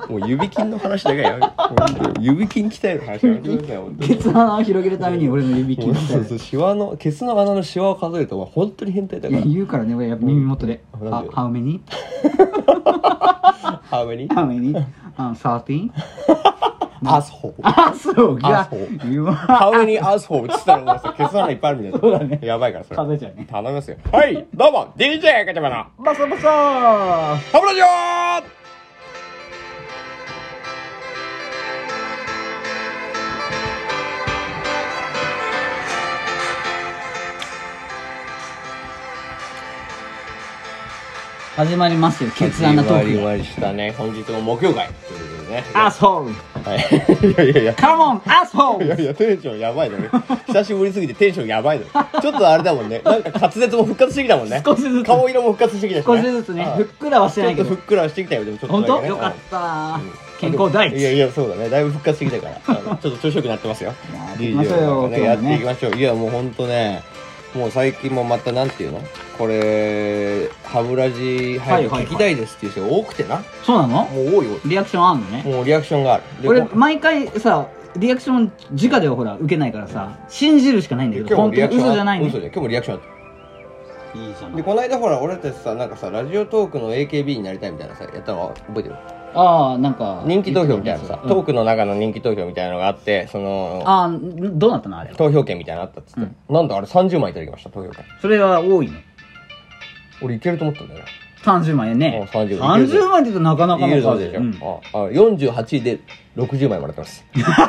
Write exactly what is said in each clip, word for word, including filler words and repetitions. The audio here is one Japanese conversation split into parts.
もう指筋の話だけやめ指筋鍛える話やめてください本当に。 ケツ穴を広げるために俺の指筋鍛える。 そうそうシワのケツの穴のシワを数えるとお前本当に変態だいやから。 言うからね俺やっぱ耳元でうんなんで How many? How many? How many? Um, thirteen? Asshole あそういや Asshole 言わ How many asshole って言ったらもうさケツ穴いっぱいあるみたいな。 そうだねやばいからそれ数えちゃうね。 頼みますよ。はいどうも ディージェー ガチャバのバサバサハブラジオー。 始まりますよケツ穴トーク。 始まりましたね。本日も木曜会ということでね。 アスホールはいいやいやいやカモンアスホール。 いやいやテンションやばいのね。久しぶりすぎてテンションやばいの。ちょっとあれだもんね。なんか滑舌も復活してきたもんね。 少しずつ顔色も復活してきたしね。 少しずつねふっくらはしてないけどちょっとふっくらはしてきたよ。でもちょっと本だけね当よかったな、 うん健康第一。 いやいやそうだね。だいぶ復活してきたからあのちょっと調子よくなってますよ。 やっていきましょうよディージェー をなんかねや今日もねっていきましょう。いやもうほんとねもう最近もまたなんていうのこれハブラジ早く聞きたいですっていう人が多くてな。 そうなの？ もう多いよ。 リアクションあんのね。 もうリアクションがある。でこ俺毎回さリアクション直ではほら受けないからさ信じるしかないんだけど今日も本当にリアクション嘘じゃないね。 嘘じゃん今日もリアクションあった。 いいじゃん。 でこの間ほら俺たちさなんかさラジオトークの エーケービー になりたいみたいなさやったの覚えてる？ ああなんか人気投票みたいなさ、 うんトークの中の人気投票みたいなのがあってそのああどうなったのあれ。 投票権みたいなのあったっつって、なんだあれさんじゅうまいいただきました投票権。 それは多いね。 俺いけると思ったんだよね。 さんじゅうまいね。 あさんじゅうさんじゅうまいって言うとなかなかいけるの数ぞでしょ、 うんああよんじゅうはちいでろくじゅうまいもらってます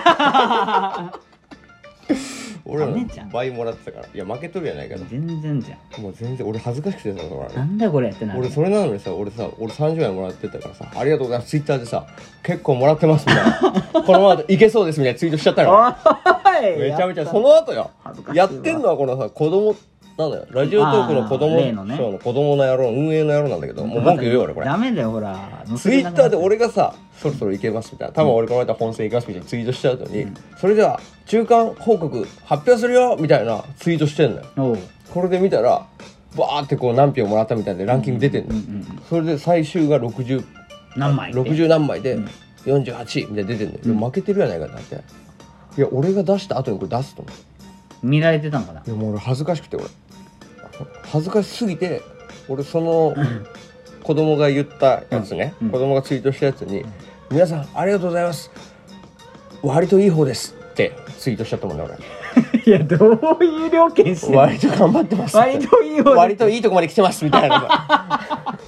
俺らのダメじゃん倍もらってたからいや負けとるやないかと。 全然じゃん。 もう全然俺恥ずかしくてさそれなんだよこれってなる。 俺それなのにさ俺さ俺さんじゅうまいもらってたからさありがとうございますツイッターでさ結構もらってますみたいなこのままいけそうですみたいなツイートしちゃったからおいめちゃめちゃその後よ恥ずかしいわやってんのはこのさ子供なんだよラジオトークの子供あー例のねそうの子供の野郎運営の野郎なんだけどもう文句言うよ俺これダメだよほらツイッターで俺がさそろそろいけますみたいな多分俺この間本戦いきますみたいなツイートしちゃうのに、それでは中間報告発表するよみたいなツイートしてんのよ。 おうこれで見たらバーってこう何票もらったみたいでランキング出てんのよ、それで最終がろくじゅう何枚ろくじゅう何枚でよんじゅうはちいみたいな出てんのよ、いや負けてるやないかっていや俺が出した後にこれ出すと思う。 見られてたんかな。 いやもう俺恥ずかしくて俺恥ずかしすぎて俺その子供が言ったやつね、子供がツイートしたやつに「皆さんありがとうございます割といい方です」ってツイートしちゃったもんねいやどういう料金してんの。 俺割と頑張ってますって割といい方で割といいとこまで来てますみたいな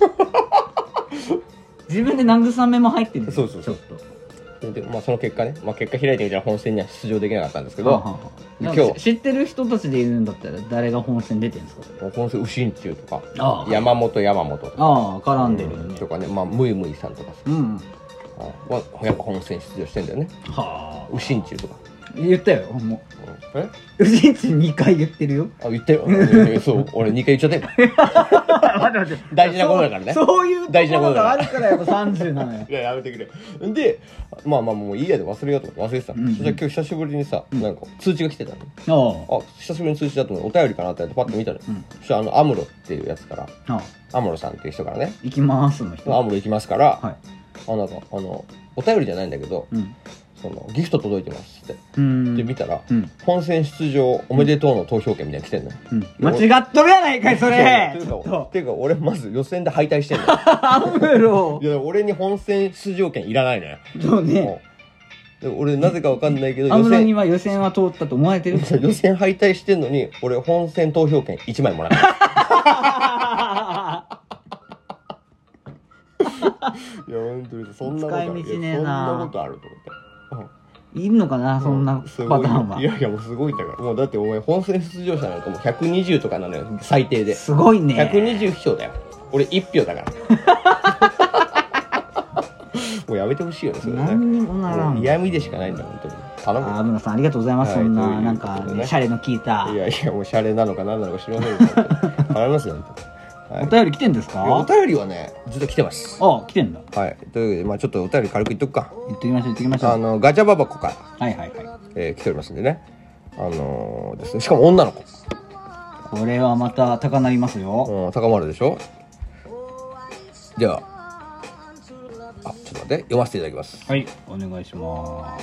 自分で慰めも入ってるんだよそうそうそうちょっとで、まあ、その結果ね、まあ、結果開いてみたら本戦には出場できなかったんですけどはあはあ今日なんか知ってる人たちでいるんだったら誰が本戦出てるんですか。 本戦右心中とかああ山本山本とかああ絡んでるよね。 とかね、まあ、ムイムイさんとかさうんあはやっぱ本戦出場してんだよねはあ右心中とか言ったよもえううちんちにかい言ってるよ。 あ言ってるいやいやそう俺にかい言っちゃってる待って待って大事なことだからねそうそういうと大事なころことだからがあるからやっぱさんじゅうなのよ。 いややめてくれでまあまあもういいやで忘れようと思って忘れてたの、 うんうんそしたら今日久しぶりにさ、なんか通知が来てたのああ久しぶりに通知だと思ってお便りかなってやってパッと見たのよ、 うんそしたらあのアムロっていうやつからあああアムロさんっていう人からね行きますの人。 アムロ行きますから、 はいあなんかあのお便りじゃないんだけど、 うんそのギフト届いてますって、 うんで見たら、 うん本戦出場おめでとうの投票券みたいに来てんのよ、 うん間違っとるやないかいそれ。 ていうちょっとかていうか俺まず予選で敗退してんのよアムロいや俺に本戦出場権いらないのよそうね。 もうで俺なぜかわかんないけどアムロに予は予選は通ったと思われてる。 選予選敗退してんのに俺本戦投票権いちまいもらったいや本当にそんなことある使い道ねえないやそんなことあると思っているのかなそんなすごいパターンは。 いやいやもうすごいんだからもうだってお前本戦出場者なんかもうひゃくにじゅうとかなのよ最低ですごいね。 ひゃくにじゅう票だよ俺いち票だからもうやめてほしいよねそれね何にもならん。 もう嫌味でしかないんだ本当に頼むよあアムロさんありがとうございます。 はいそんというななんかことでねねシャレの効いたいやいやもうシャレなのか何なのか知りませんけど頼みますよ本当にはいお便り来てんですいやおか。 便りはねずっと来てますあ来てんだ。 はいというわけでまあちょっとお便り軽く言っとくか言っときましょう言っときましょう。 あのガチャババコから、 はいはいはい。 えー来ておりますんでねあのーですねしかも女の子これはまた高鳴りますよ。 うん高まるでしょではあちょっと待っで読ませていただきます。 はい、お願いします。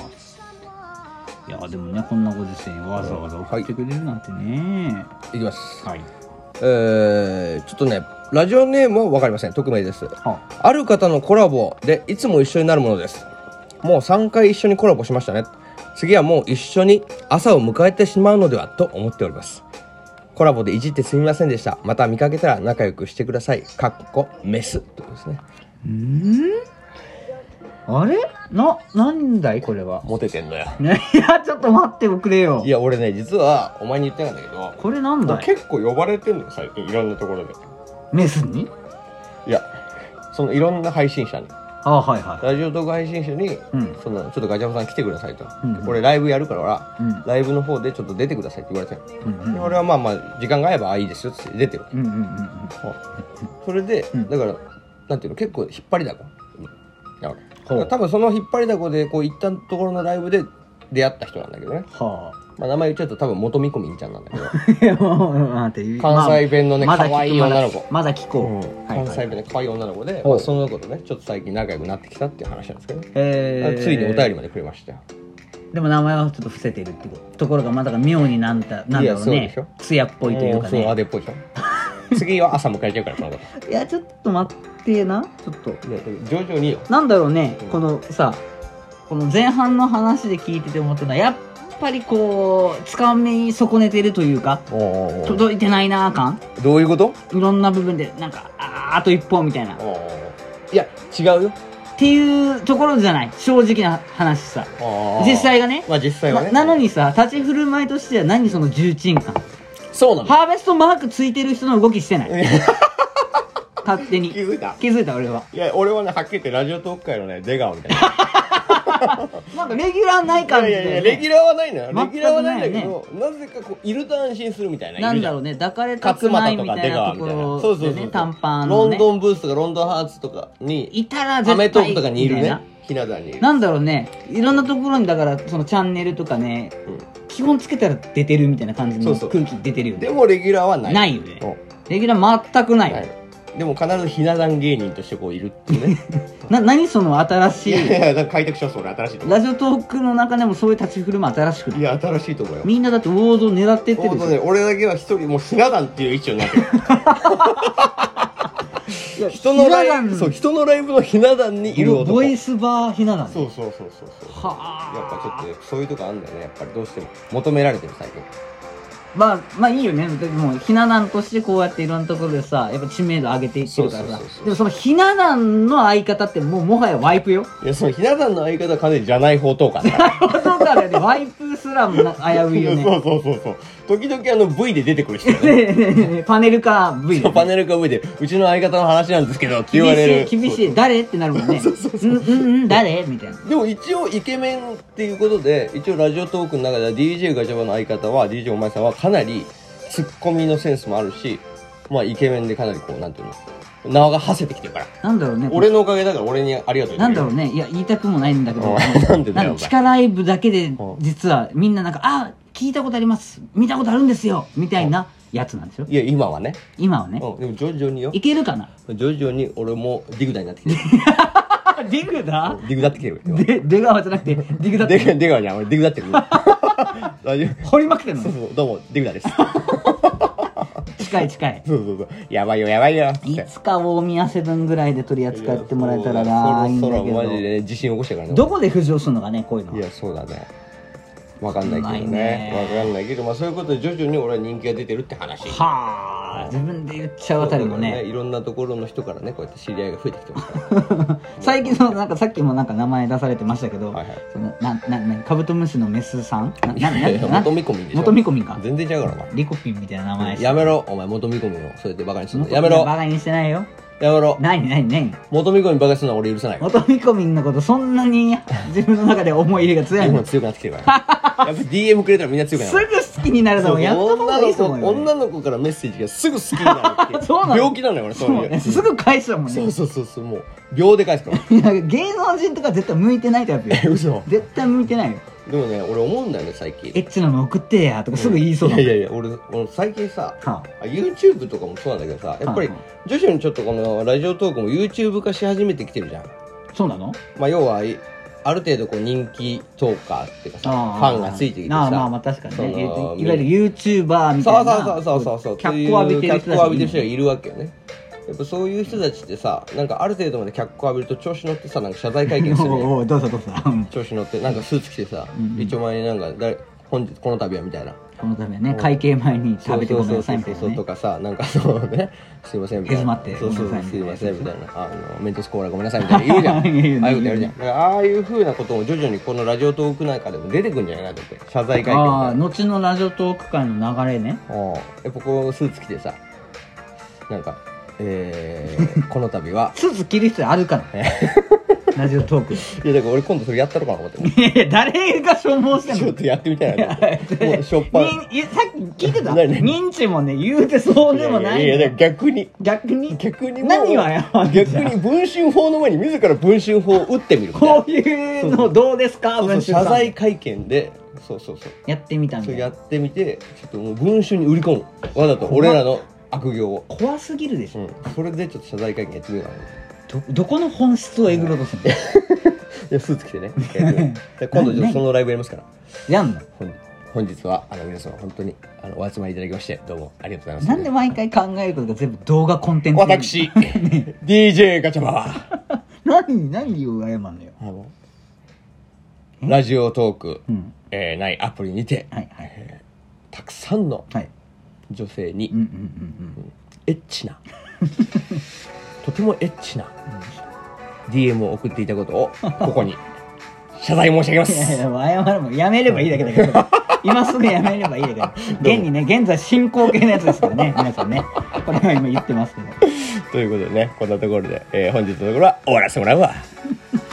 いやでもね、こんなご時世にわざわざ送ってくれるなんてね、 はい、いきます。 はい。 えー、ちょっとねラジオネームは分かりません。匿名です。 はあ、 ある方のコラボでいつも一緒になるものです。もうさんかい一緒にコラボしましたね。次はもう一緒に朝を迎えてしまうのではと思っております。コラボでいじってすみませんでした。また見かけたら仲良くしてください。かっこメスってことですね。 うーん、あれな、なんだいこれは。 モテてんのよ。 ね、いやちょっと待っておくれよ。 いや俺ね、実はお前に言ってたんだけど、 これなんだい。 結構呼ばれてんのよ最近、いろんなところで。 メスに？ いや、そのいろんな配信者に、 ああ、はいはい。 ラジオ動画配信者に、 うん、 そのちょっとガチャバさん来てくださいと、 うん、 これライブやるから、 うん、 ライブの方でちょっと出てくださいって言われて、うんうん、で俺はまあまあ時間が合えばあいいですよって出てる、うんうんうんうん、それで、うん、だからなんていうの、結構引っ張りだこ、だから多分その引っ張りだこでこう行ったところのライブで出会った人なんだけどね、はあ、まあ、名前言っちゃうと多分元みこみんちゃんなんだけど関西弁のね、まあ、可愛い女の子、 まだ聞こう、うん、 関西弁の可愛い女の子で、まあ、その子とねちょっと最近仲良くなってきたっていう話なんですけど、ね、えー、ついにお便りまでくれましたよ。 でも名前はちょっと伏せてるってところがまだ妙になんだなんだろうね、つやっぽいというかね、 そうアデっぽいでしょ次は朝迎えちゃうからこの子。 いやちょっと待ってな、ちょっと徐々によ、 なんだろうね、うん、このさ、この前半の話で聞いてて思ったのはやっぱりこうつかみ損ねてるというか、届いてないな感。 どういうこと？ いろんな部分でなんか あ, あと一歩みたいな。 いや違うよっていうところじゃない、正直な話さ、実際がね、 まあ実際はね、 な, なのにさ、立ち振る舞いとしては何その重鎮感。 そうなの。 ハーベストマークついてる人の動きしてない勝手に気づいた気づいた俺は。 いや俺はね、はっきり言ってラジオトーク界のね出川みたいななんかレギュラーない感じで、ね、 いやいやレギュラーはないのよ、レギュラーはないんだけど、なぜかこういると安心するみたいな、 なんだろうね、抱かれたくないみたいなところでね、そうそうそう、短パンのね、 ロンドンブースとかロンドンハーツとかにいたら絶対アメトークとかにいるね、ひな壇にいる。 なんだろうね、いろんなところにだからそのチャンネルとかね、うん、基本つけたら出てるみたいな感じの空気出てるよね。 でもレギュラーはないないよね、レギュラー全くない、ない。 でも必ずひな壇芸人としてこういるっていうねな、何その新しい、 いやいや開拓者それ新しいと思う。 ラジオトークの中でもそういう立ち振る舞い新しくない？ いや新しいと思うよ。 みんなだって王道狙ってってるでしょ。 ね、俺だけは一人もうひな壇っていう位置になってる人のライブ、そう人のライブのひな壇にいる男、 ボイスバーひな壇、 そうそうそうそうそう、はあ、やっぱちょっとそういうとこあるんだよね、やっぱりどうしても求められてる最近。まあまあいいよね、でもひな壇としてこうやっていろんなところでさ、やっぱ知名度上げていってるからさ、でもそのひな壇の相方ってもうもはやワイプよ。 いやそのひな壇の相方は完全にじゃない方とかね、 方とかでワイプすらも危ういよねそうそうそうそう、時々あの V で出てくる人ねパネルか V で、 パネルか V でうちの相方の話なんですけどって言われる。 厳しい厳しい、誰ってなるもんね。そうそうそう、うんうんうん誰みたいな。 でも一応イケメンっていうことで、一応ラジオトークの中では ディージェー ガチャバの相方は ディージェー お前さんはかなりツッコミのセンスもあるし、まあイケメンでかなりこうなんていうの、縄が馳せてきてるから。 なんだろうね、 俺のおかげだから俺にありがとう。 なんだろうね、いや言いたくもないんだけど、 なんでだよ、 地下ライブだけで実はみんななんか、あ聞いたことあります、見たことあるんですよみたいなやつなんですよ。いや今はね、 今はね、 うん、でも徐々によ、 いけるかな、 徐々に俺もディグダになってきてるディグダディグダってきてる。 で出川じゃなくてディグダってる。出川じゃん、俺ディグダってる掘りまくってんの。 そうそう、どうもディグダです近い近い。 そうそうそう、やばいよやばいよ。 いつか大宮セブンぐらいで取り扱ってもらえたらな、いいんだけど。そろそろマジで、ね、自信起こしてからね。どこで浮上するのかね、こういうの。 いやそうだね、わかんないけどね、わかんないけど、まあそういうことで徐々に俺は人気が出てるって話。 はあ、自分で言っちゃうあたりもね、 いろんなところの人からねこうやって知り合いが増えてきてますから最近のなんかさっきもなんか名前出されてましたけど、はいはい、そのなななカブトムシのメスさん、ななな元見込みでしょ。 元見込みか、 全然違うからお前、 リコピンみたいな名前。 やめろお前、元見込みをそうやってバカにするのやめろ。 バカにしてないよ、 やめろ。 何何何元見込みバカにするのは俺許さない。 元見込みのことそんなに自分の中で思い入れが強いの。 今強くなってきてるからやっぱ ディーエム くれたらみんな強くなる。 すぐ好きになるのもやった方がいいと思うよ。 女の子からメッセージがすぐ好きになるっていうそうなの、病気なのよ俺。そういう、 すぐ返しちゃうもんね。 そうそうそうそう、もう秒で返すから芸能人とか絶対向いてないタイプよ。 嘘、 絶対向いてないよ。 でもね俺思うんだよね最近、 エッチなの送ってやとかすぐ言いそうな、 うん、いやいやいや、俺俺最近さ、はあ、YouTube とかもそうなんだけどさ、やっぱり徐々にちょっとこのラジオトークも YouTube 化し始めてきてるじゃん。 そうなの？ まあ要はいある程度こう人気トーカーっていうかさ、ファンがついてきてさ、 ああまあまあ確かにね、 そのいわゆる YouTuber みたいな、 そうそうそうそうそう、 脚光浴びてる人たち脚光浴びてる人がいるわけよね。やっぱそういう人たちってさ、なんかある程度まで脚光浴びると調子乗ってさ、なんか謝罪会見するおうおうどうぞどうぞ調子乗ってなんかスーツ着てさ、 うん一丁前になんか誰本日この度はみたいな、 このためね、会計前に食べてごめんなさいみたいなね、 そうそうそうそうとかさ、なんかそうね、すいませんみたいな、 へずまってそうそうごめんなさいすいませんみたいな、あのメントスコーラごめんなさいみたいな言うじゃん言うねああいうことやるじゃん。だからああいう風なことも徐々にこのラジオトークなんかでも出てくんじゃないかと思って、謝罪会見ああが後のラジオトーク会の流れね。 ああやっぱこうスーツ着てさ、なんかえー、この度はスーツ着る必要あるからラジオトークいやだから俺今度それやったのかなと思っていやいや誰が消耗してんの？ ちょっとやってみたいなと思ってもうしょっぱにいやさっき聞いてた何何認知もね言うてそうでもないんだよ。 いやいや逆に逆に逆にもう何を謝るん逆じゃんに文春法の前に自ら文春法を打ってみるみたいなこういうのどうですか？ そうそう文春さん謝罪会見でそうそうそうやってみたんだよ。 それやってみてちょっともう文春に売り込むわざと俺らの悪行を、 怖すぎるでしょ、 うん、それでちょっと謝罪会見やってみようかなどどこの本質をえぐろうとするのいやスーツ着てねで今度ちょっとそのライブやりますからやんの？ 本本日はあの皆様本当にあのお集まりいただきましてどうもありがとうございます。 なんで毎回考えることが全部動画コンテンツ私 ディージェー ガチャバは何何を謝るのよ。 あのラジオトーク、 うんえーないアプリにて、 はいはいえーたくさんのはい女性に、 うんうんうんエッチなとてもエッチな ディーエム を送っていたことをここに謝罪申し上げます。 いやいやもう謝るもんやめればいいだけだけど今すぐやめればいいだけだ現にね現在進行形のやつですからね皆さんねこれは今言ってますけどということでねこんなところで、えー本日のところは終わらせてもらうわ。